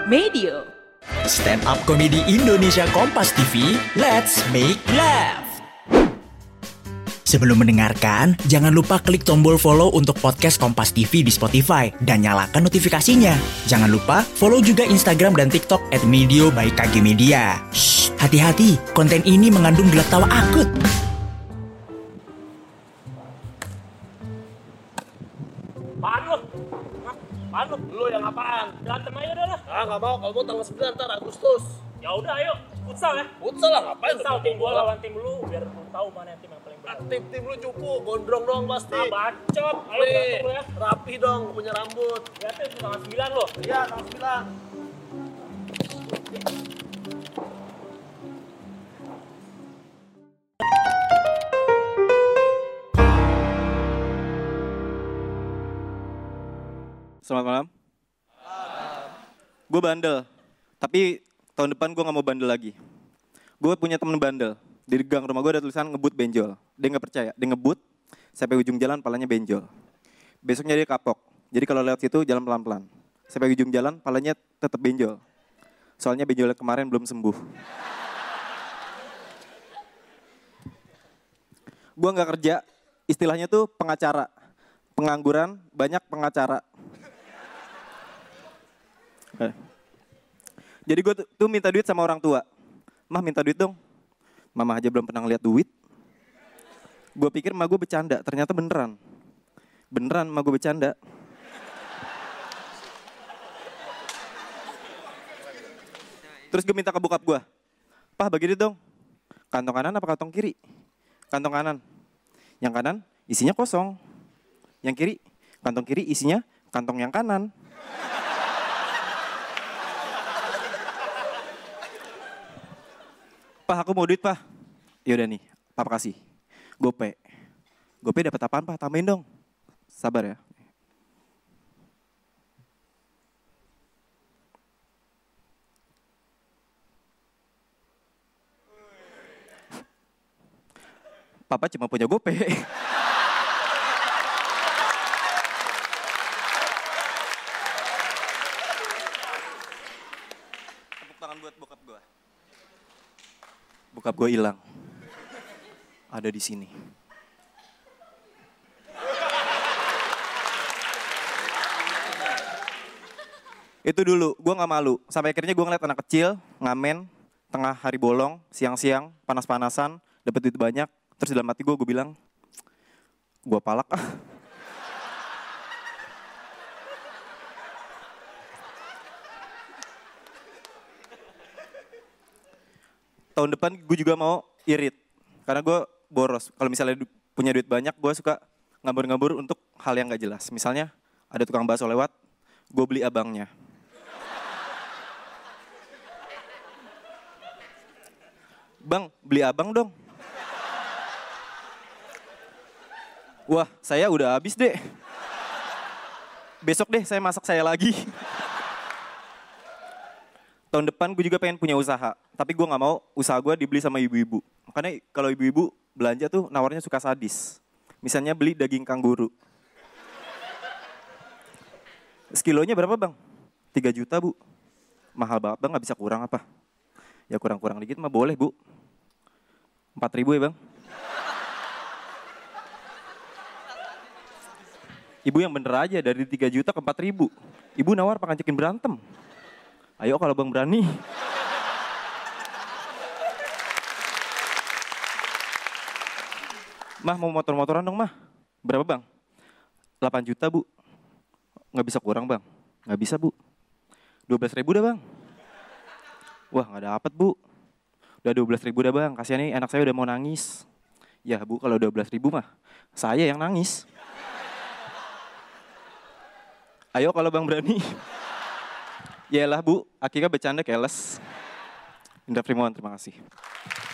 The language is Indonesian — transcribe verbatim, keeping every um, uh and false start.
Medio. Stand up komedi Indonesia Kompas T V, let's make laugh. Sebelum mendengarkan, jangan lupa klik tombol follow untuk podcast Kompas T V di Spotify dan nyalakan notifikasinya. Jangan lupa follow juga Instagram dan TikTok at Medio by K G Media. Shh, hati-hati, konten ini mengandung gelak tawa akut. Apaan lu? Hah? Apaan lu? Lu yang apaan? Berantem aja udah lah. Ah nggak mau, kalau mau tanggal sembilan ntar Agustus. Ya udah ayo, futsal ya. Futsal lah, ngapain? Futsal tim gua lawan tim lu biar lu tahu mana tim yang paling Ah, benar. tim-tim lu cupu, gondrong dong pasti. Ah, bacot. Ayo Nih, berantem lu ya. rapi dong, punya rambut. Ya tuh tanggal sembilan lo. Iya, tanggal sembilan. Selamat malam. Gue bandel, tapi tahun depan gue gak mau bandel lagi. Gue punya temen bandel, di gang rumah gue ada tulisan ngebut benjol. Dia gak percaya, dia ngebut sampai ujung jalan palanya benjol. Besoknya dia kapok, jadi kalau lewat situ jalan pelan-pelan. Sampai ujung jalan palanya tetap benjol. Soalnya benjolnya kemarin belum sembuh. Gue gak kerja, istilahnya tuh pengacara. Pengangguran, banyak pengacara. Eh. Jadi gue tuh, tuh minta duit sama orang tua. Mah minta duit dong. Mama aja belum pernah ngeliat duit. Gue pikir mah gue bercanda, ternyata beneran. Beneran mah gue bercanda. Terus gue minta ke bokap gue. Pah bagi duit dong. Kantong kanan apa kantong kiri? Kantong kanan. Yang kanan isinya kosong. Yang kiri, kantong kiri isinya kantong yang kanan. Pak, aku mau duit, Pak. Yaudah nih, Papa kasih. Gope. Gope dapat apaan, Pak? Tambahin dong. Sabar ya. Papa cuma punya Gope. Tepuk tangan buat bokap gue. Bokap gue hilang. Ada di sini. Itu dulu, gue gak malu. Sampai akhirnya gue ngeliat anak kecil, ngamen, tengah hari bolong, siang-siang, panas-panasan, dapet duit banyak. Terus dalam hati gue, gue bilang, gue palak ah. Tahun depan gue juga mau irit, karena gue boros. Kalau misalnya du- punya duit banyak, gue suka ngabur-ngabur untuk hal yang gak jelas. Misalnya ada tukang bakso lewat, gue beli abangnya. Bang, beli abang dong. Wah, saya udah habis deh. Besok deh saya masak saya lagi. Tahun depan gue juga pengen punya usaha, tapi gue gak mau usaha gue dibeli sama ibu-ibu. Makanya kalau ibu-ibu belanja tuh nawarnya suka sadis. Misalnya beli daging kangguru. Sekilonya berapa bang? tiga juta bu. Mahal banget bang, gak bisa kurang apa? Ya kurang-kurang dikit mah boleh bu. empat ribu ya bang. Ibu yang bener aja dari tiga juta ke empat ribu. Ibu nawar apa ngajakin berantem? Ayo kalau bang berani. Mah mau motor-motoran dong mah. Berapa bang? delapan juta bu. Nggak bisa kurang bang. Nggak bisa bu. dua belas ribu dah bang. Wah nggak dapet bu. Udah dua belas ribu dah bang. Kasihan nih anak saya udah mau nangis. Ya bu kalau dua belas ribu mah. Saya yang nangis. Ayo kalau bang berani. Yaelah bu, akhirnya bercanda keles. Indra Primawan, terima kasih.